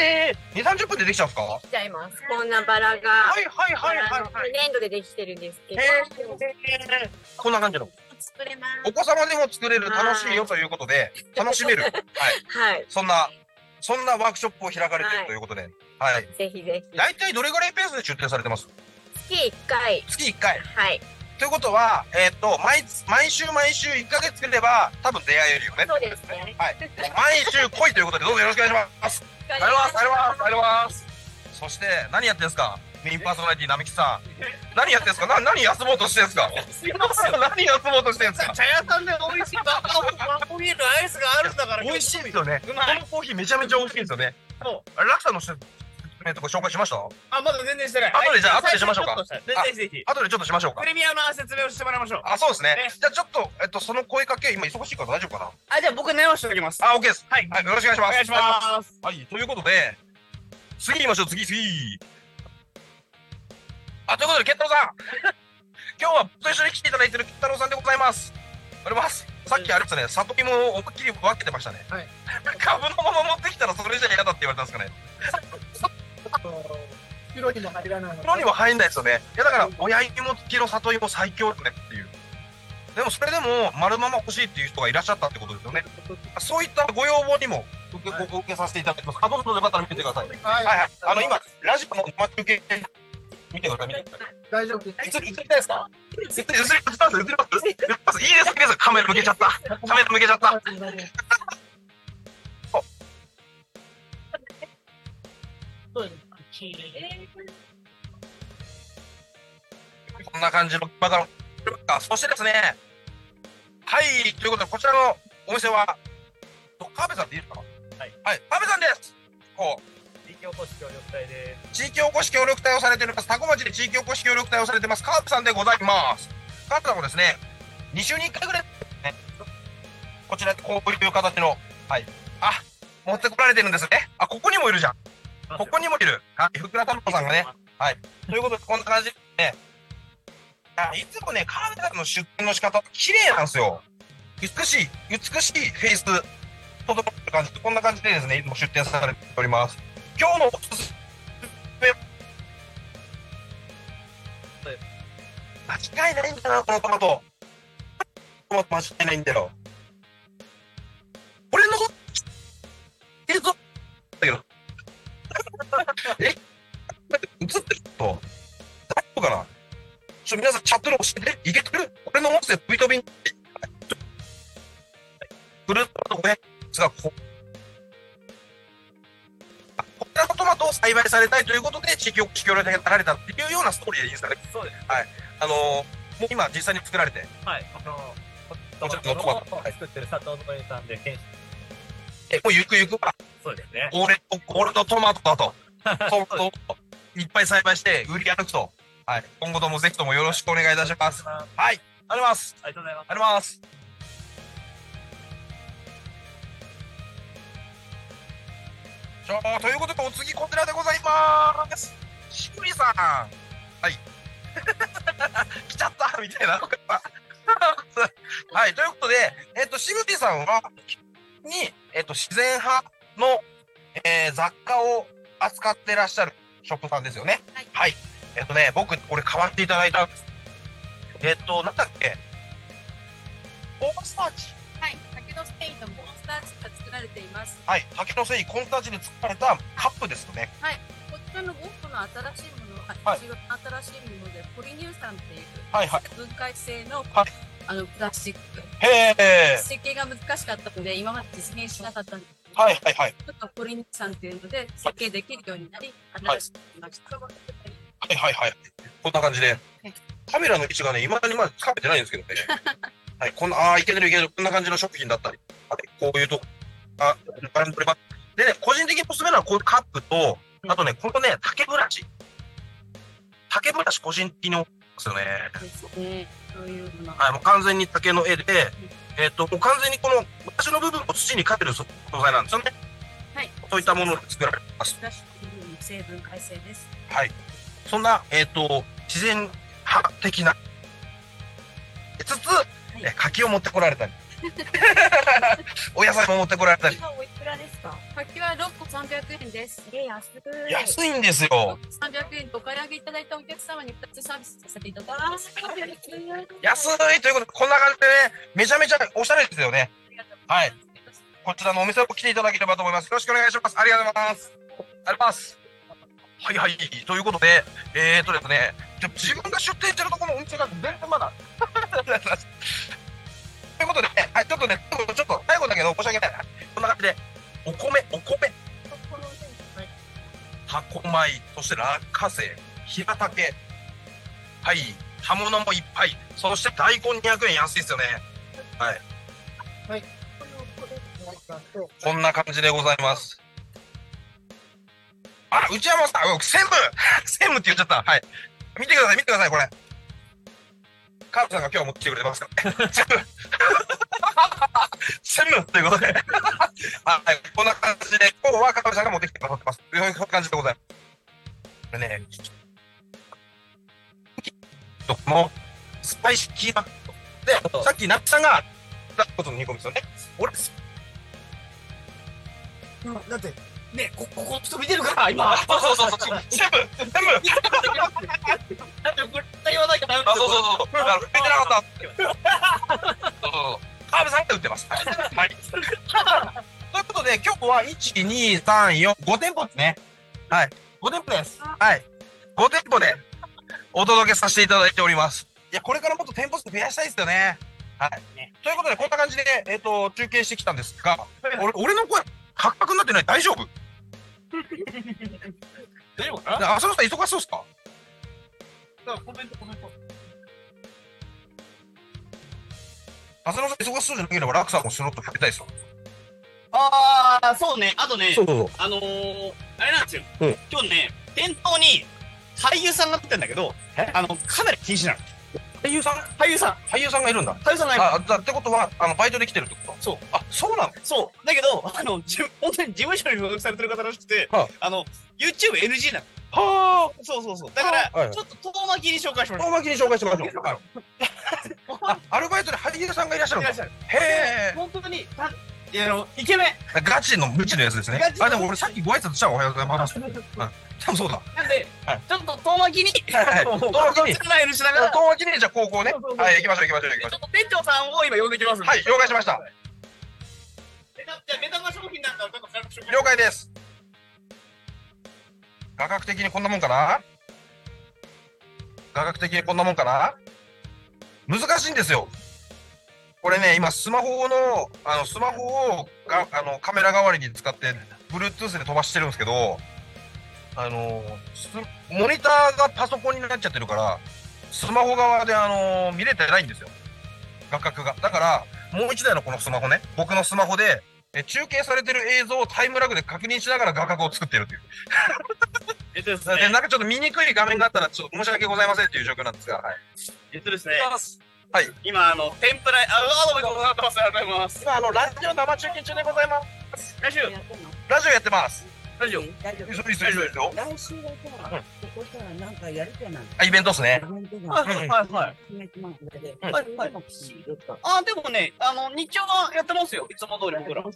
2、30分でできちゃうんですか。 来ちゃいます。こんなバラが、 はいはいはいはいはい。 粘土でできてるんですけど、 こんな感じの作れます。 お子様でも作れる楽しいよということで、楽しめる、はい、 はい。 そんなワークショップを開かれているということで、はい。 ぜひぜひ。 大体どれぐらいペースで出店されてます？ 月1回。 月1回。 はい。 ということは、毎週1ヶ月作れば多分出会えるよね。 そうですね。 はい。毎週来いということで、どうぞよろしくお願いします。ありがとうございます。ありがとうございます。そして何やってんすか、メインパーソナリティ並木さん。何やってんすか。何休もうとしてんすか。何休もうとしてんすか。 茶屋さんで美味しいバカビールアイスがあるんだから。 美味しいですよね。こうまいのコーヒーめちゃめちゃ美味しいんですよね。 そあれ、ラクさんの説明とか紹介しました？ あ、まだ全然してない。 後でじゃあ後でしましょうか。 ぜひぜひ。 後でちょっとしましょうかプ。レミアの説明をしてもらいましょう。 あ、そうですねね。 じゃあちょっと、その声かけ、今忙しいから大丈夫かな。 あ、じゃあ僕直しておきます。 あ、OK です。 はいはい、よろしくお願いします。 お願いします。 はい、ということで、次行きましょう、次。あ、ということで、ケッタロウさん。今日は僕と一緒に来ていただいているケッタロウさんでございます。あります。さっきあれですね、里芋を思いっきり分けてましたね。 はい。 株のまま持ってきたらそれじゃ嫌だって言われたんですかね。 袋にも入らない。 袋にも入んないですよね。いやだから親芋付きの里芋最強ですねっていう。でもそれでも丸まま欲しいっていう人がいらっしゃったってことですよね。そういったご要望にも受けさせていただきます。あ、どうぞよかったら見てください。はいはい。今ラジオの生中継見てください。見てください。 大丈夫。 映りたいですか？映ります？いいです。カメラ向けちゃった。こんな感じのバカの。そしてですね、はい、ということでこちらのお店は川辺さんでいいですか？はい、川辺さんです。 地域おこし協力隊で地域おこし協力隊をされています。多古町で地域おこし協力隊をされてます川辺さんでございます。川辺さんもですね、2週に1回ぐらい、ね、こちらこういう形の、はい、あ、持ってこられてるんですね。あ、ここにもいるじゃん。 ここにもいる。はい、福田太郎さんがね。はい。ということで、こんな感じで、いつもね、カーネダルの出店の仕方、綺麗なんですよ。美しいフェイス、整ってる感じで、こんな感じでですね、いつも出店されております。今日のおすすめ、間違いないんだな、このトマト。間違いないんだよ。これの、映像だけど、映ってると、大丈夫かな？皆さんチャットで教えて、いけてる？俺の音声飛び飛びに。フルートの500がこちらのトマトを栽培されたいということで、地域協力でられたっていうようなストーリーでいいですかね。 そうです。 はい。もう今実際に作られて。 はい。 こちらのトマトを作ってる佐藤のりさんで検もうゆくゆくは、 そうですね。 俺のトマトだと。トマトをいっぱい栽培して売り歩くと。はい。今後ともぜひともよろしくお願いいたします。はい。ありがとうございます。 ありがとうございます。 ありがとうございます。ということで、お次こちらでございます。しぐりさん。はい。来ちゃったみたいな。はい。ということで、しぐりさんは、自然派の、雑貨を扱ってらっしゃるショップさんですよね。はい。僕、これ買わせていただいたんです。なんだっけ？コーンスターチ。 はい、竹の繊維のコーンスターチが作られています。 はい、竹の繊維、コーンスターチで作られたカップですよね。 はい、こちらの多くの新しいもの、 はい、 新しいもので、ポリ乳酸っていう、 はいはい、 分解性の、 はい、 プラスチック。 へー。 設計が難しかったので、今まで実現しなかったんですけど、 はいはいはい。 ちょっとポリ乳酸っていうので、設計できるようになり、新しくなりました。 はいはいはい。こんな感じで。カメラの位置がね、未だにまだつかめてないんですけどね。はい、いけてるいけてる。こんな感じの食品だったり。はい、こういうとこ。でね、個人的におすすめなのはこういうカップと、あとね、このね、竹ブラシ。竹ブラシ個人的に思うんですよね。 ですね。そういうもの。 はい、もう完全に竹の絵で、もう完全にこのブラシの部分を土にかける素材なんですよね。 はい。 そういったもので作られてます。 ブラシの成分改正です。 はい。そんな、自然派的な、つつ、柿を持ってこられたり、お野菜も持ってこられたり。 今おいくらですか？柿は6個300円です。 安いんですよ。 300円とお買い上げいただいたお客様に2つサービスさせていただきます。 安いということで、こんな感じでね、めちゃめちゃおしゃれですよね。はい。こちらのお店を来ていただければと思います。よろしくお願いします。ありがとうございます。ありがとうございます。はいはい。ということで、ですね、自分が出店してるところのお店が全然まだ。ということで、はい、ちょっとね、ちょっと最後だけど申し訳ない。こんな感じで、お米。白米、そして落花生、平竹。はい、葉物もいっぱい。そして大根200円安いですよね。はい。はい。こんな感じでございます。内山さん、専務って言っちゃった。はい。見てください、これ。カープさんが今日持ってきてくれてますからね。専務ということで。はい。こんな感じで、今日はカープさんが持ってきてくださってます。こんな感じでございます。これね、このスパイシーキーマで、さっきナッツさんが出したことの煮込みですよね。俺です。 だって、ね、ここ人見てるから今。 そう。全部。 だってこれ言わないとダメだ。 そう。見てなかった。そう。カーブさんが売ってます。はい。ということで今日は1、2、3、4、5店舗ですね。はい。5店舗です。はい。5店舗でお届けさせていただいております。いや、これからもっと店舗数増やしたいですよね。はい。ということでこんな感じで中継してきたんですが、俺の声カクカクになってない？大丈夫？ 大丈夫かな？ 浅野さん忙しそうですか？ コメント。 浅野さん忙しそうじゃなければラクさんもスロットかけたいですよ。 そうね。あとね、 そう。 あれなんですよ。今日ね、店頭に俳優さんが来てんだけど、カメラ禁止なの。 俳優さんがいるんだ。 俳優さんがいる。 ってことはバイトで来てるってこと？ そう。 あ、そうなの？ そう。だけど、本当に事務所に所属されてる方らしくて、 は YouTube NG なの。 はそうそうそう。だから、 はいちょっと遠巻きに紹介しましょ遠巻きに紹介してもらいましょう。はいあ、アルバイトで俳優さんがいらっしゃるう。いのか。 らっしゃる。 へ本当に、イケメン。 え。ガチの無知のやつですねガチ。のあ、でも俺さっきご挨拶したらおはようございます。うん。多分そうだ。 なんではい、 ちょっと遠巻きに、 はい遠遠巻きに巻きにしながら、 遠巻きにじゃあ高校ね。 そうそうそうはい、行きましょう行きましょう行きましょちょっと店長さんを今呼んできますんう。 で。 はい、了解しました。 じゃあ、目玉商品なんか、ちょっと軽く紹介了解です。価格的にこんなもんかな？価格的にこんなもんかな？難しいんですよ。これね、今スマホの、スマホをカメラ代わりに使って、Bluetooth で飛ばしてるんですけど、モニターがパソコンになっちゃってるから、スマホ側で見れてないんですよ。画角が。だから、もう一台のこのスマホね、僕のスマホで、中継されてる映像をタイムラグで確認しながら画角を作ってるっていう。 ですで、なんかちょっと見にくい画面があったら、ちょっと申し訳ございませんっていう状況なんですが、はい。 ですね。 はい。 今、天ぷら、どうもございます。ありがとうございます。 今、ラジオ生中継中でございます。 来週、 ラジオやってます。 ラジオ。 大丈夫。 そうですよ。 来週はさ、ここしたらなんかやるじゃない。 あ、イベントっすね。 はいはいはい。 決めてますので、 はいはいでもね、日曜はやってますよ。いつも通り僕ら。だ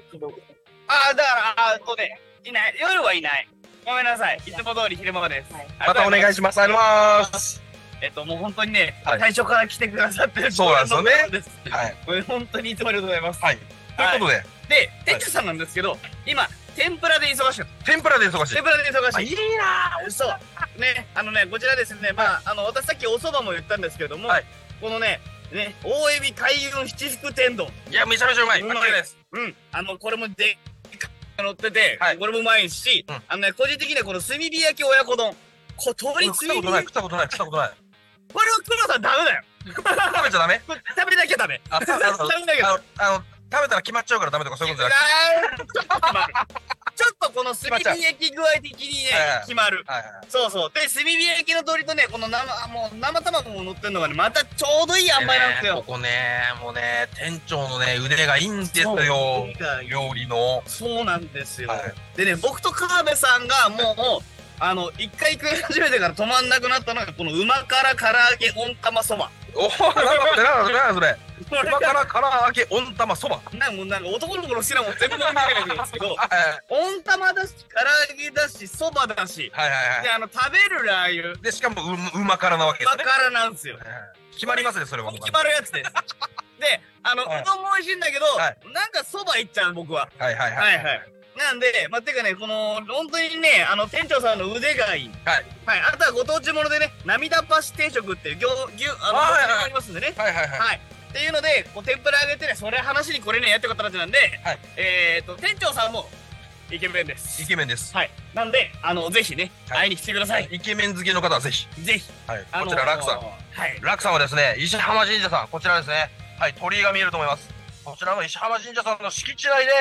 から、いない。夜はいない。ごめんなさい。いつも通り昼間です。 またお願いします。ありがとうございます。 もう本当にね、 はい最初から来てくださってる。 そうなんですよねはい。 はい。 これ本当にいつもありがとうございます。 はい。ということで、 で、店長さんなんですけど、今、天ぷらで忙しい。 天ぷらで忙しい天。ぷらで忙あ、 しい。 いいなぁ。 そう。ね、こちらですね、私さっきお蕎麦も言ったんですけれども、 はいこのね、大エビ海運七福天丼。 いや、めちゃめちゃうまい。 うまい間違いないです。 うん。これもでっかいの乗ってて、 はいこれもうまいし、個人的にはこの炭火焼き親子丼。鶏食ったことない、 炭火焼き。 食ったことない、食ったことない。 これは黒さんダメだよ。 食べちゃダメ？ これ食べなきゃダメ。 あ、 食べなきゃダメ。 食べたら決まっちゃうからダメとかそういうことじゃなくて。 ちょっとこの炭火焼き具合的にねはいはい、 決まる。 はいはい。 そうそう。で、炭火焼きの鶏とね、この生卵も乗ってるのがね、またちょうどいい塩梅なんですよ。 ここね、もうね、店長のね、腕がいいんですよ。料理の。 そうなんですよ。 はいでね、僕と川辺さんがもう、一回食い始めてから止まんなくなったのが、このうま辛唐揚げ温玉そば。 おお、なんだそれ。今から唐揚げ温玉そば。 もう男の子の好きなもん全部飲みたいんですけど、温玉だし、唐揚げだし、そばだし、 はいはいで、 は食べるラー油、 い。で、しかもうま辛なわけですね。 うま辛なんですよ。 決まりますね、それは。 決まるやつです。で、 はいうどんも美味しいんだけど、 はなんかそばいっちゃう、僕は。 はいはいは。 はいいはい。なんで、てかね、本当にね、店長さんの腕がいい。 はい。 はい。あとはご当地ものでね、涙パシ定食っていう、 はいはいありますんでね。 はいはいはい。 はい。っていうので、天ぷら揚げてね、それ話にこれね、やってよかったらってなんで、 はい店長さんも、イケメンです。 イケメンです。 はい。なんで、ぜひね、 はい会いに来てください。 イケメン好きの方はぜひ。 ぜひ。 はい。こちら、ラクさん。 はい。 ラクさんはですね、石浜神社さん、こちらですね。はい、鳥居が見えると思います。こちらの石浜神社さんの敷地内で、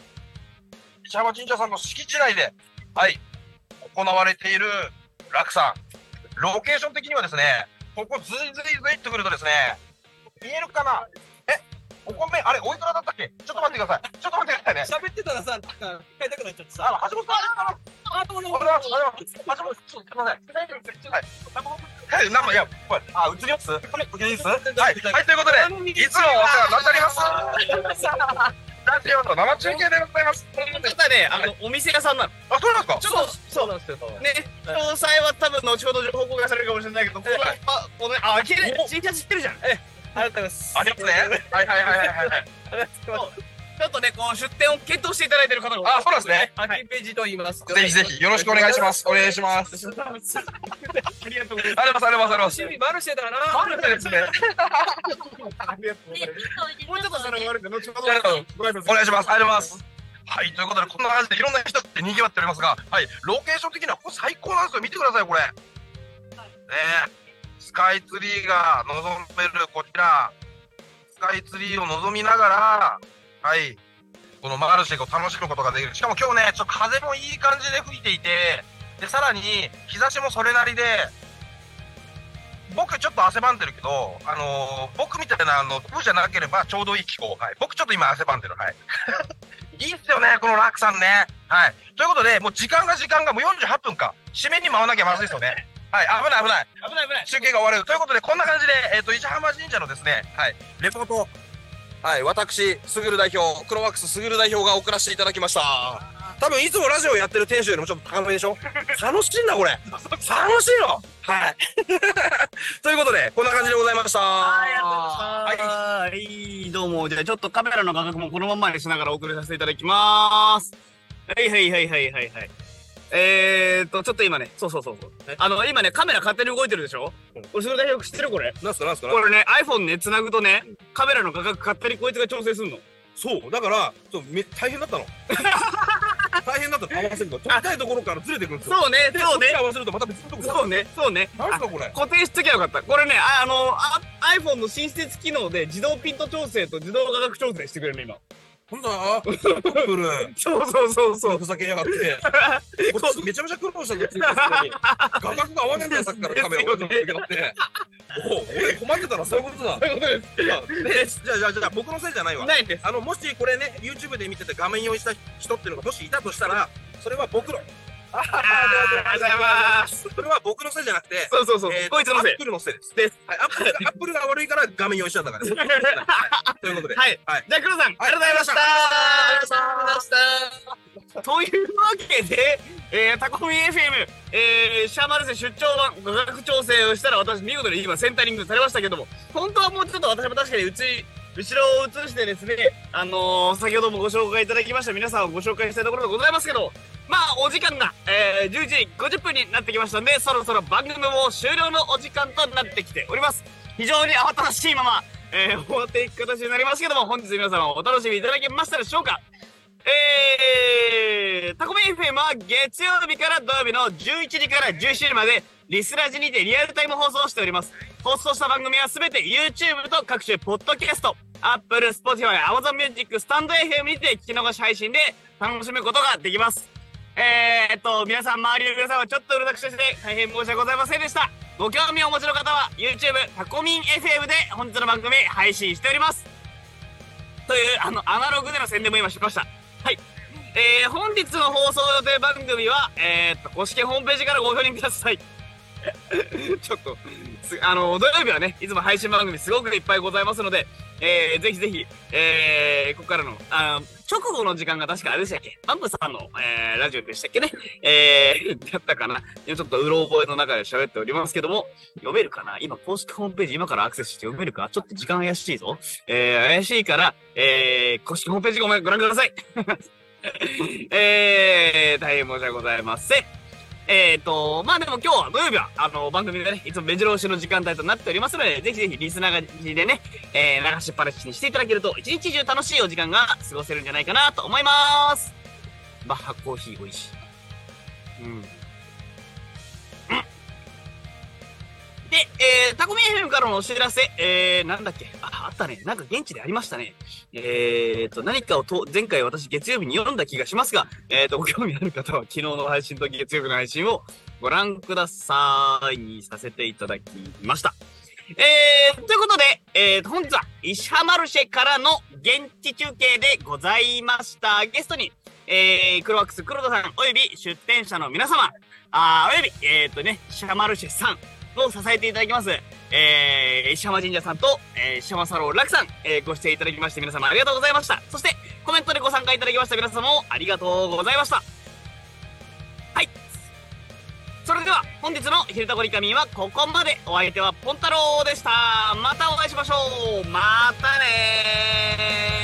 はい、行われているラクさん。ロケーション的にはですね、ここずいずいずいっとくるとですね、見えるかな？お米、あれ、おいくらだったっけ？ちょっと待ってください。ちょっと待ってくださいね。 喋ってたらさ、使いたくなっちゃってさ。 橋本さん、 どうもおはようございます。橋本、すいません。はい。はい、いや、これ、映ります？映ります？はい、はい、ということで、いつもお世話になっております。ラジオの生中継でございます。 この方ね、お店屋さんなの。 あ、そうなんですか？ そうなんですよ。 ね、詳細は多分後ほど情報公開されるかもしれないけど、この、きれい、T シャツ知ってるじゃん。 ありがとうございます。 ありますね。はいはいはいはい。 ちょっとね、出店を検討していただいてる方が。 あ、そうなんですね。 秋ページと言います。 ぜひぜひよろしくお願いします。お願いします。 ありがとうございます。 あります。 趣味マルシェだな。 マルシェですね。 ありがとうございます。もうちょっとそれが悪くて、後ほどご挨拶お願いします。ありがとうございます。はい、ということで、こんな感じでいろんな人って賑わっておりますが、はい、ロケーション的にはここ最高なんですよ。見てください、これ。ねえ、スカイツリーが望めるこちら、スカイツリーを望みながら、はい、このマルシェを楽しむことができる。しかも今日ね、ちょっと風もいい感じで吹いていて、で、さらに日差しもそれなりで、 僕ちょっと汗ばんでるけど、僕みたいな風じゃなければちょうどいい気候。はい。僕ちょっと今汗ばんでる。はい。いいっすよね、このラクさんね。はい。ということで、もう時間がもう48分か。締めに回らなきゃまずいですよね。はい、危ない。中継が終わる。ということで、こんな感じで、石浜神社のですね、はい、レポート、はい、私、すぐる代表、クロワックスすぐる代表が送らせていただきました。多分、いつもラジオやってるテンションよりもちょっと高めでしょ。楽しいんだ、これ。楽しいよ。はい。ということで、こんな感じでございました。 はい、どうも。じゃあ、ちょっとカメラの画角もこのまんまにしながらお送りさせていただきます。はい。ちょっと今ね、そう。今ね、カメラ勝手に動いてるでしょ。これ、それ代表知ってるこれ。 なんすかこれね、iPhone ね、繋ぐとね、カメラの画角勝手にこいつが調整すんの。 そう、だから、大変だったの。大変だったの、合わせると。撮りたいところからずれてくるんですよ。 そうね。 合わせるとまた別のところ。 そうね。 何すかこれ。 固定しときゃよかった。これね、iPhone の新施設機能で自動ピント調整と自動画角調整してくれるね、今。 ほんだアップル。 そう。 ふざけやがって。こっちめちゃめちゃ苦労したんですよ。画角が合わねえんだよ、さっきからカメラを向けて。俺困ってたらそういうことだ。じゃあ僕のせいじゃないわ。 ないです。 もしこれね、YouTube で見てて画面用意した人っていうのがもしいたとしたら、それは僕の。 ありがとうございます。 それは僕のせいじゃなくて、 そう。こいつのせい。 アップルのせいです。はい、アップルが悪いから画面用意しちゃったから。ということで。はい。じゃあ、黒さん、ありがとうございました。というわけで、タコミ FM、シャーマルセ出張版画角調整をしたら私見事に今センタリングされましたけども、本当はもうちょっと私も確かに後ろを映してですね、先ほどもご紹介いただきました皆さんをご紹介したいところでございますけど、まあ、お時間が、11時50分になってきましたので、そろそろ番組も終了のお時間となってきております。非常に慌ただしいまま、終わっていく形になりますけども、本日皆様お楽しみいただけましたでしょうか。タコミ FM は月曜日から土曜日の11時から17時までリスラジにてリアルタイム放送をしております。放送した番組はすべて YouTube と各種ポッドキャスト、Apple、Spotify、Amazon Music、スタンド FM にて聞き逃し配信で楽しむことができます。皆さん、周りの皆さんはちょっとうるさくして大変申し訳ございませんでした。ご興味をお持ちの方は YouTube タコミン FM で本日の番組配信しております。というアナログでの宣伝も今しました。はい。本日の放送予定番組は公式ホームページからご確認ください。ちょっと土曜日はね、いつも配信番組すごくいっぱいございますので、ぜひ、ここからの直後の時間が確かあれでしたっけ、バンプさんの、ラジオでしたっけね、だったかな。ちょっとうろ覚えの中で喋っておりますけども、読めるかな、今公式ホームページ今からアクセスして読めるか、ちょっと時間怪しいぞ。怪しいから、公式ホームページご覧ください。大変申し訳ございません。まあでも今日は土曜日は、番組でね、いつも目白押しの時間帯となっておりますので、ぜひリスナーでね、流しっぱなしにしていただけると、一日中楽しいお時間が過ごせるんじゃないかなと思います。バッハコーヒー美味しい。で、タコミ FM からのお知らせ、なんだっけ、あったね。なんか現地でありましたね。何かを前回私月曜日に読んだ気がしますが、ご興味ある方は昨日の配信と月曜日の配信をご覧くださいにさせていただきました。ということで、本日は石浜マルシェからの現地中継でございました。ゲストに、クロワックス黒田さんおよび出店者の皆様、および、石浜マルシェさんを支えていただきます、石浜神社さんと、石浜サローラクさん、ご出演いただきまして皆様ありがとうございました。そしてコメントでご参加いただきました皆様もありがとうございました。はい。それでは本日の昼タコリカミンはここまで。お相手はポンタロウでした。またお会いしましょう。またねー。